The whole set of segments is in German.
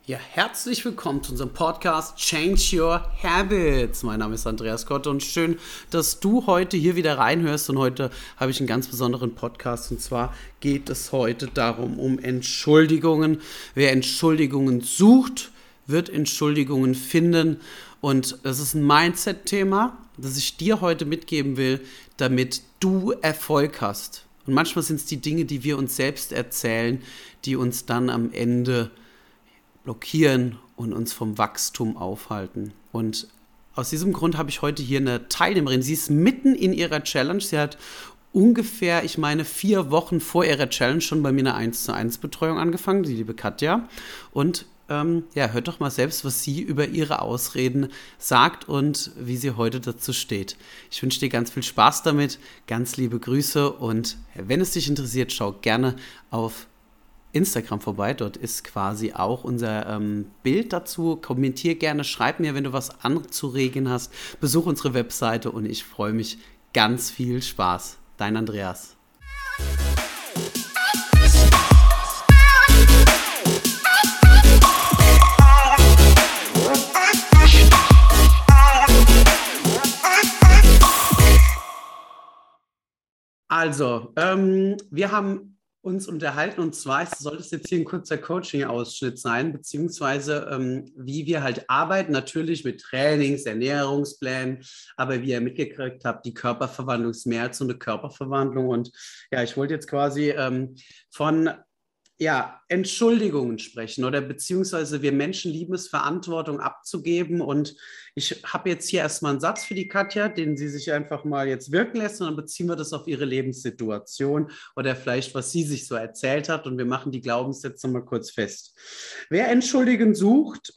Ja, herzlich willkommen zu unserem Podcast Change Your Habits. Mein Name ist Andreas Kotte und schön, dass du heute hier wieder reinhörst. Und heute habe ich einen ganz besonderen Podcast. Und zwar geht es heute darum, um Entschuldigungen. Wer Entschuldigungen sucht, wird Entschuldigungen finden. Und das ist ein Mindset-Thema, das ich dir heute mitgeben will, damit du Erfolg hast. Und manchmal sind es die Dinge, die wir uns selbst erzählen, die uns dann am Ende blockieren und uns vom Wachstum aufhalten. Und aus diesem Grund habe ich heute hier eine Teilnehmerin. Sie ist mitten in ihrer Challenge. Sie hat ungefähr, 4 Wochen vor ihrer Challenge schon bei mir eine 1:1 Betreuung angefangen, die liebe Katja. Und hört doch mal selbst, was sie über ihre Ausreden sagt und wie sie heute dazu steht. Ich wünsche dir ganz viel Spaß damit, ganz liebe Grüße und wenn es dich interessiert, schau gerne auf Instagram vorbei. Dort ist quasi auch unser Bild dazu. Kommentier gerne, schreib mir, wenn du was anzuregen hast. Besuch unsere Webseite und ich freue mich. Ganz viel Spaß. Dein Andreas. Also, wir haben uns unterhalten und zwar soll das jetzt hier ein kurzer Coaching-Ausschnitt sein, beziehungsweise wie wir halt arbeiten, natürlich mit Trainings, Ernährungsplänen, aber wie ihr mitgekriegt habt, die Körperverwandlung ist mehr als so eine Körperverwandlung und ja, ich wollte jetzt quasi von Entschuldigungen sprechen oder beziehungsweise wir Menschen lieben es, Verantwortung abzugeben und ich habe jetzt hier erstmal einen Satz für die Katja, den sie sich einfach mal jetzt wirken lässt und dann beziehen wir das auf ihre Lebenssituation oder vielleicht, was sie sich so erzählt hat und wir machen die Glaubenssätze mal kurz fest. Wer Entschuldigungen sucht,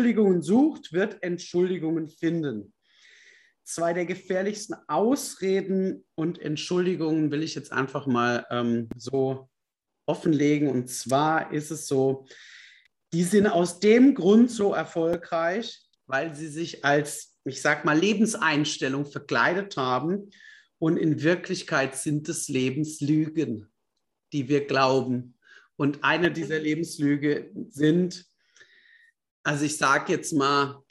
wird Entschuldigungen finden. 2 der gefährlichsten Ausreden und Entschuldigungen will ich jetzt einfach mal so offenlegen. Und zwar ist es so, die sind aus dem Grund so erfolgreich, weil sie sich als, ich sag mal, Lebenseinstellung verkleidet haben. Und in Wirklichkeit sind es Lebenslügen, die wir glauben. Und eine dieser Lebenslüge sind, also ich sage jetzt mal,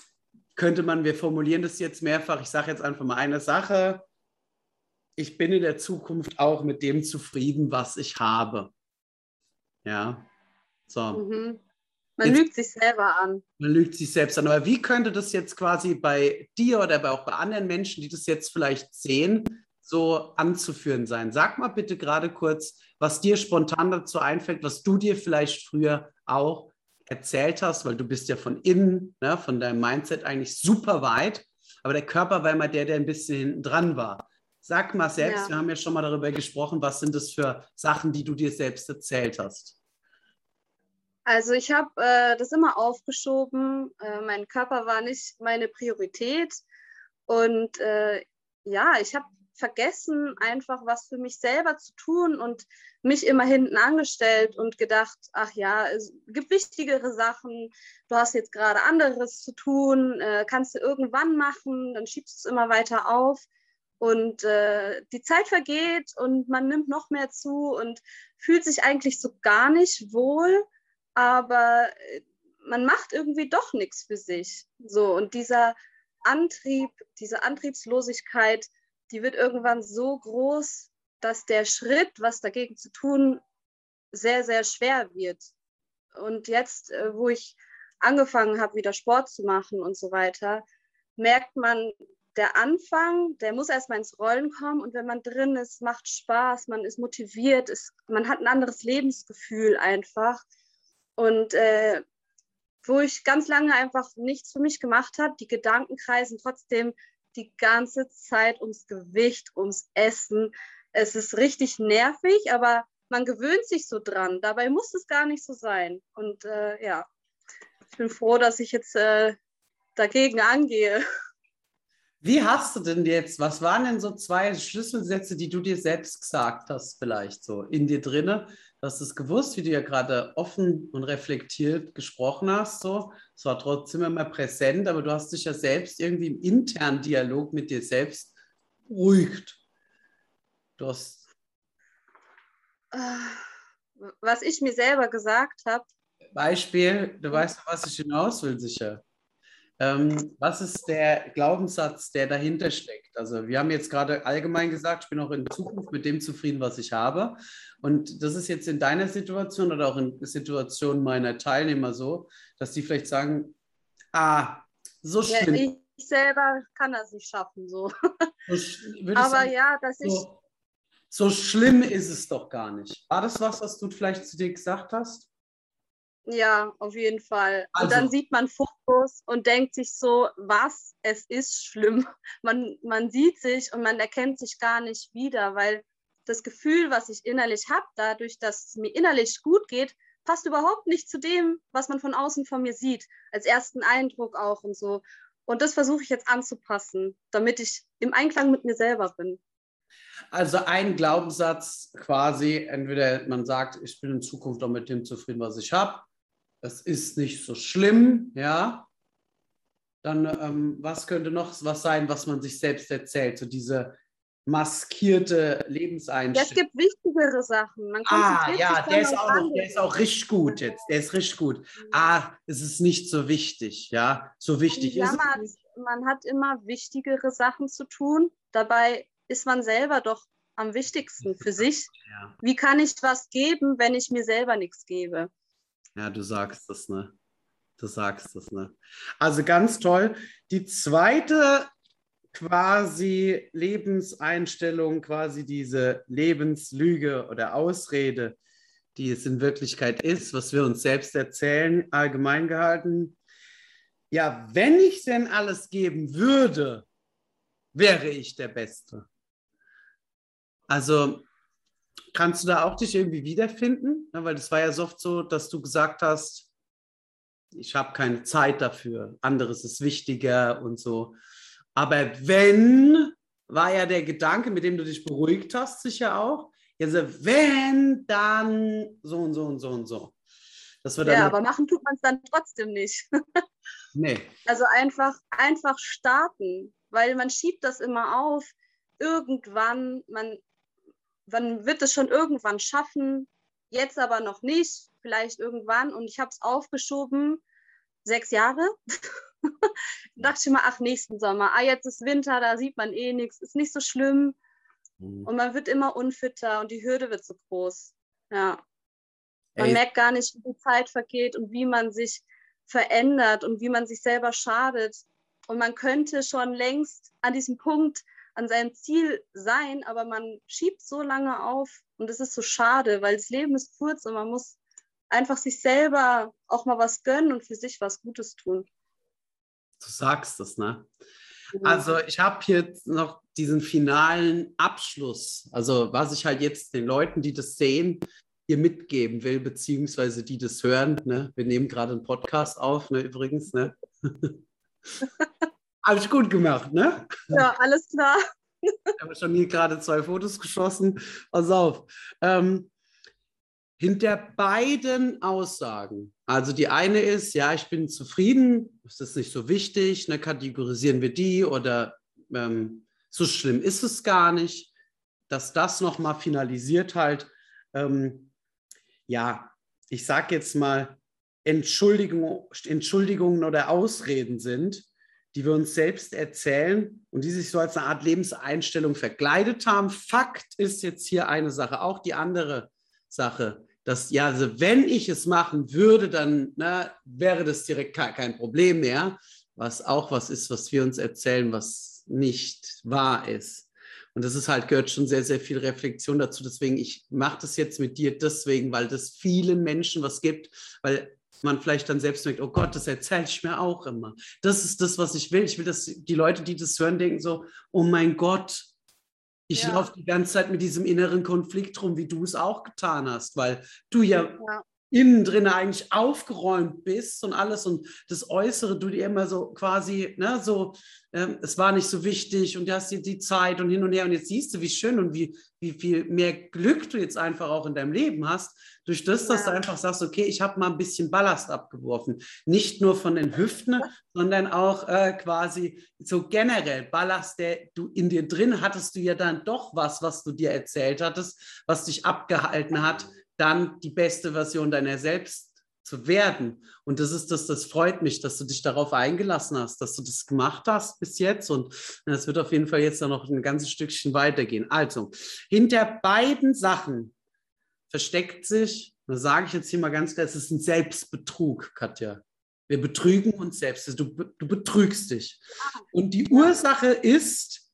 wir formulieren das jetzt mehrfach, ich sage jetzt einfach mal eine Sache, ich bin in der Zukunft auch mit dem zufrieden, was ich habe. Ja, so. Mhm. Man Jetzt, lügt sich selber an. man lügt sich selbst an. Aber wie könnte das jetzt quasi bei dir oder auch bei anderen Menschen, die das jetzt vielleicht sehen, so anzuführen sein? Sag mal bitte gerade kurz, was dir spontan dazu einfällt, was du dir vielleicht früher auch erzählt hast, weil du bist ja von innen, ne, von deinem Mindset eigentlich super weit, aber der Körper war immer der ein bisschen hinten dran war. Sag mal selbst, Ja. wir haben ja schon mal darüber gesprochen, was sind das für Sachen, die du dir selbst erzählt hast? Also ich habe das immer aufgeschoben. Mein Körper war nicht meine Priorität. Und ich habe vergessen, einfach was für mich selber zu tun und mich immer hinten angestellt und gedacht, ach ja, es gibt wichtigere Sachen. Du hast jetzt gerade anderes zu tun, kannst du irgendwann machen, dann schiebst du es immer weiter auf. Und die Zeit vergeht und man nimmt noch mehr zu und fühlt sich eigentlich so gar nicht wohl, aber man macht irgendwie doch nichts für sich. So, und dieser Antrieb, diese Antriebslosigkeit, die wird irgendwann so groß, dass der Schritt, was dagegen zu tun, sehr, sehr schwer wird. Und jetzt, wo ich angefangen habe, wieder Sport zu machen und so weiter, merkt man, der Anfang, der muss erstmal ins Rollen kommen und wenn man drin ist, macht Spaß, man ist motiviert, man hat ein anderes Lebensgefühl einfach. Und wo ich ganz lange einfach nichts für mich gemacht habe, die Gedanken kreisen trotzdem die ganze Zeit ums Gewicht, ums Essen. Es ist richtig nervig, aber man gewöhnt sich so dran. Dabei muss es gar nicht so sein. Und ich bin froh, dass ich jetzt dagegen angehe. Wie hast du denn jetzt, was waren denn so 2 Schlüsselsätze, die du dir selbst gesagt hast, vielleicht so in dir drinne? Du hast es gewusst, wie du ja gerade offen und reflektiert gesprochen hast, so. Es war trotzdem immer präsent, aber du hast dich ja selbst irgendwie im internen Dialog mit dir selbst beruhigt. Du hast, Was ich mir selber gesagt habe. Beispiel, du weißt, auf was ich hinaus will, sicher. Was ist der Glaubenssatz, der dahinter steckt? Also wir haben jetzt gerade allgemein gesagt, ich bin auch in Zukunft mit dem zufrieden, was ich habe. Und das ist jetzt in deiner Situation oder auch in Situationen meiner Teilnehmer so, dass die vielleicht sagen, so Ja, schlimm. ich selber kann das nicht schaffen, so. Würde ich Aber sagen, ja, dass ich, so schlimm ist es doch gar nicht. War das was du vielleicht zu dir gesagt hast? ja, auf jeden Fall. Und dann Also, sieht man Fotos und denkt sich so, was, es ist schlimm. Man sieht sich und man erkennt sich gar nicht wieder, weil das Gefühl, was ich innerlich habe, dadurch, dass es mir innerlich gut geht, passt überhaupt nicht zu dem, was man von außen von mir sieht, als ersten Eindruck auch und so. Und das versuche ich jetzt anzupassen, damit ich im Einklang mit mir selber bin. also ein Glaubenssatz quasi, entweder man sagt, ich bin in Zukunft auch mit dem zufrieden, was ich habe. Es ist nicht so schlimm, ja. Dann, was könnte noch was sein, was man sich selbst erzählt? So diese maskierte Ja, es Lebenseinstellung. gibt wichtigere Sachen. Man konzentriert sich Ja, dann auf der ist auch andere. richtig gut jetzt. Der ist richtig gut. Es ist nicht so wichtig, ja. So Man wichtig ist es jammert, nicht. man hat immer wichtigere Sachen zu tun. Dabei ist man selber doch am wichtigsten für sich. Ja. Wie kann ich was geben, wenn ich mir selber nichts gebe? Ja, du sagst es, ne? Du sagst es, ne? Also ganz toll. Die zweite quasi Lebenseinstellung, quasi diese Lebenslüge oder Ausrede, die es in Wirklichkeit ist, was wir uns selbst erzählen, allgemein gehalten. Ja, wenn ich denn alles geben würde, wäre ich der Beste. Also kannst du da auch dich irgendwie wiederfinden? Ja, weil das war ja so oft so, dass du gesagt hast, ich habe keine Zeit dafür, anderes ist wichtiger und so. Aber wenn, war ja der Gedanke, mit dem du dich beruhigt hast, sicher auch, also wenn, dann so und so und so und so. Dass wir Ja, dann, aber machen tut man es dann trotzdem nicht. nee, Also einfach starten, weil man schiebt das immer auf. Irgendwann, man wird es schon irgendwann schaffen, jetzt aber noch nicht, vielleicht irgendwann. Und ich habe es aufgeschoben, 6 Jahre. Dachte ich immer, ach, nächsten Sommer. Jetzt ist Winter, da sieht man eh nichts, ist nicht so schlimm. Und man wird immer unfitter und die Hürde wird so groß. Ja. Man ey, merkt gar nicht, wie die Zeit vergeht und wie man sich verändert und wie man sich selber schadet. Und man könnte schon längst an diesem Punkt, an seinem Ziel sein, aber man schiebt so lange auf und es ist so schade, weil das Leben ist kurz und man muss einfach sich selber auch mal was gönnen und für sich was Gutes tun. du sagst es, ne? Mhm. Also ich habe hier noch diesen finalen Abschluss, also was ich halt jetzt den Leuten, die das sehen, hier mitgeben will, beziehungsweise die das hören. Ne? Wir nehmen gerade einen Podcast auf, ne, übrigens. Ne? Habe ich gut gemacht, ne? Ja, alles klar. Ich habe schon hier gerade 2 Fotos geschossen. Pass auf. Hinter beiden Aussagen, also die eine ist, ja, ich bin zufrieden, es ist nicht so wichtig, ne, kategorisieren wir die oder so schlimm ist es gar nicht, dass das nochmal finalisiert halt, ja, ich sage jetzt mal, Entschuldigungen oder Ausreden sind, die wir uns selbst erzählen und die sich so als eine Art Lebenseinstellung verkleidet haben. Fakt ist jetzt hier eine Sache, auch die andere Sache, dass, ja, also wenn ich es machen würde, dann wäre das direkt kein Problem mehr, was auch was ist, was wir uns erzählen, was nicht wahr ist. Und das ist halt, gehört schon sehr, sehr viel Reflexion dazu. Deswegen, ich mache das jetzt mit dir deswegen, weil das vielen Menschen was gibt, weil man vielleicht dann selbst denkt, oh Gott, das erzähle ich mir auch immer. Das ist das, was ich will. Ich will, dass die Leute, die das hören, denken so, oh mein Gott, ich Ja, laufe die ganze Zeit mit diesem inneren Konflikt rum, wie du es auch getan hast, weil du ja ja. innen drin eigentlich aufgeräumt bist und alles und das Äußere, du dir immer so quasi, ne, so, es war nicht so wichtig und du hast dir die Zeit und hin und her und jetzt siehst du, wie schön und wie viel mehr Glück du jetzt einfach auch in deinem Leben hast, durch das, dass du Ja. einfach sagst, okay, ich habe mal ein bisschen Ballast abgeworfen. Nicht nur von den Hüften, sondern auch quasi so generell Ballast, der du in dir drin hattest, du ja dann doch was du dir erzählt hattest, was dich abgehalten hat, dann die beste Version deiner selbst zu werden. Und das freut mich, dass du dich darauf eingelassen hast, dass du das gemacht hast bis jetzt. Und das wird auf jeden Fall jetzt noch ein ganzes Stückchen weitergehen. Also, hinter beiden Sachen versteckt sich, da sage ich jetzt hier mal ganz klar, es ist ein Selbstbetrug, Katja. Wir betrügen uns selbst. Du betrügst dich. Und die Ursache ist,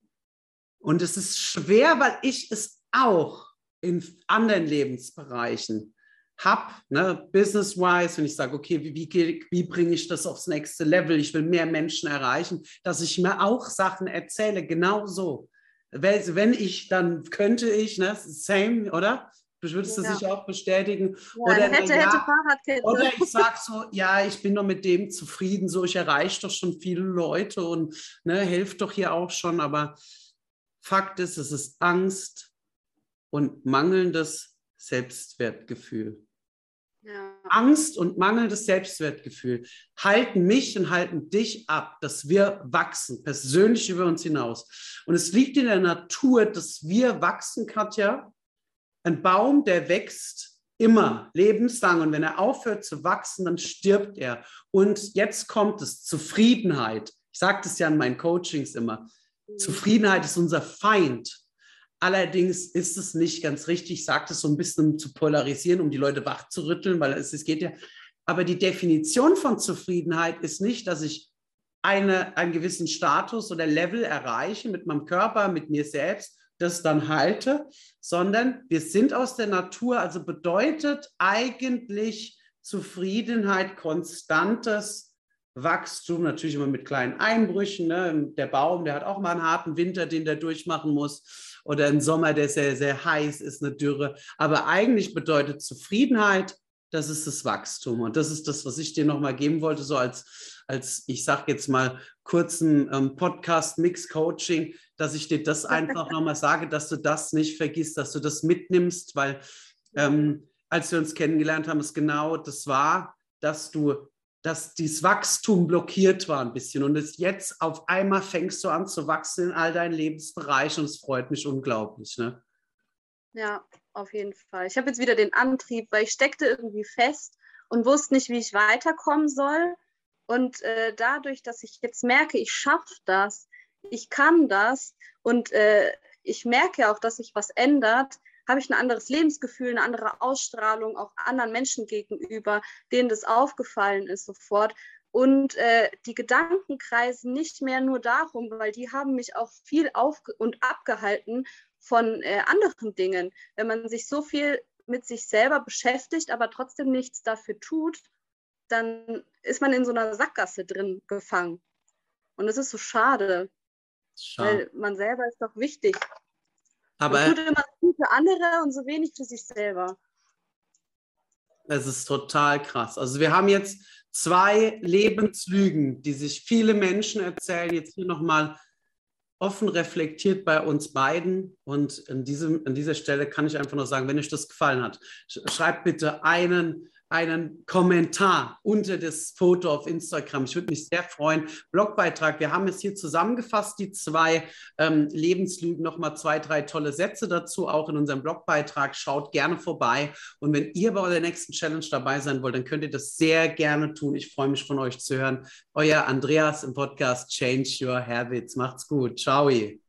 und es ist schwer, weil ich es auch in anderen Lebensbereichen habe, ne, business-wise, wenn ich sage, okay, wie bringe ich das aufs nächste Level? Ich will mehr Menschen erreichen, dass ich mir auch Sachen erzähle, genau so. Wenn ich, dann könnte ich, ne, same, oder? Würdest du sicher auch bestätigen? Ja, oder hätte Fahrradkette. Oder ich sage so, ja, ich bin doch mit dem zufrieden, so ich erreiche doch schon viele Leute und ne, helfe doch hier auch schon, aber Fakt ist, es ist Angst und mangelndes Selbstwertgefühl. Ja. Angst und mangelndes Selbstwertgefühl halten mich und halten dich ab, dass wir wachsen, persönlich über uns hinaus. Und es liegt in der Natur, dass wir wachsen, Katja. Ein Baum, der wächst immer, lebenslang. Und wenn er aufhört zu wachsen, dann stirbt er. Und jetzt kommt es, Zufriedenheit. Ich sage das ja in meinen Coachings immer. Zufriedenheit ist unser Feind. Allerdings ist es nicht ganz richtig. Ich sage das so ein bisschen, um zu polarisieren, um die Leute wach zu rütteln, weil es geht ja. Aber die Definition von Zufriedenheit ist nicht, dass ich einen gewissen Status oder Level erreiche mit meinem Körper, mit mir selbst, das dann halte, sondern wir sind aus der Natur, also bedeutet eigentlich Zufriedenheit, konstantes Wachstum, natürlich immer mit kleinen Einbrüchen. Ne? Der Baum, der hat auch mal einen harten Winter, den der durchmachen muss, oder einen Sommer, der sehr, sehr heiß ist, eine Dürre. Aber eigentlich bedeutet Zufriedenheit, das ist das Wachstum. Und das ist das, was ich dir nochmal geben wollte, so als ich sage jetzt mal, kurzen Podcast-Mix-Coaching, dass ich dir das einfach nochmal sage, dass du das nicht vergisst, dass du das mitnimmst, weil als wir uns kennengelernt haben, es genau das war, dass dieses Wachstum blockiert war ein bisschen und jetzt auf einmal fängst du an zu wachsen in all deinen Lebensbereichen und es freut mich unglaublich. Ne? Ja, auf jeden Fall. Ich habe jetzt wieder den Antrieb, weil ich steckte irgendwie fest und wusste nicht, wie ich weiterkommen soll. Und dadurch, dass ich jetzt merke, ich schaffe das, ich kann das und ich merke auch, dass sich was ändert, habe ich ein anderes Lebensgefühl, eine andere Ausstrahlung auch anderen Menschen gegenüber, denen das aufgefallen ist sofort. Und die Gedanken kreisen nicht mehr nur darum, weil die haben mich auch viel abgehalten von anderen Dingen. Wenn man sich so viel mit sich selber beschäftigt, aber trotzdem nichts dafür tut, dann ist man in so einer Sackgasse drin gefangen. Und es ist so schade, weil man selber ist doch wichtig. Aber man tut immer viel für andere und so wenig für sich selber. Es ist total krass. Also wir haben jetzt 2 Lebenslügen, die sich viele Menschen erzählen, jetzt hier nochmal offen reflektiert bei uns beiden. Und an dieser Stelle kann ich einfach nur sagen, wenn euch das gefallen hat, schreibt bitte einen Kommentar unter das Foto auf Instagram. Ich würde mich sehr freuen. Blogbeitrag. Wir haben es hier zusammengefasst, die 2 Lebenslügen, nochmal 2, 3 tolle Sätze dazu, auch in unserem Blogbeitrag. Schaut gerne vorbei. Und wenn ihr bei eurer nächsten Challenge dabei sein wollt, dann könnt ihr das sehr gerne tun. Ich freue mich, von euch zu hören. Euer Andreas im Podcast Change Your Habits. Macht's gut. Ciao.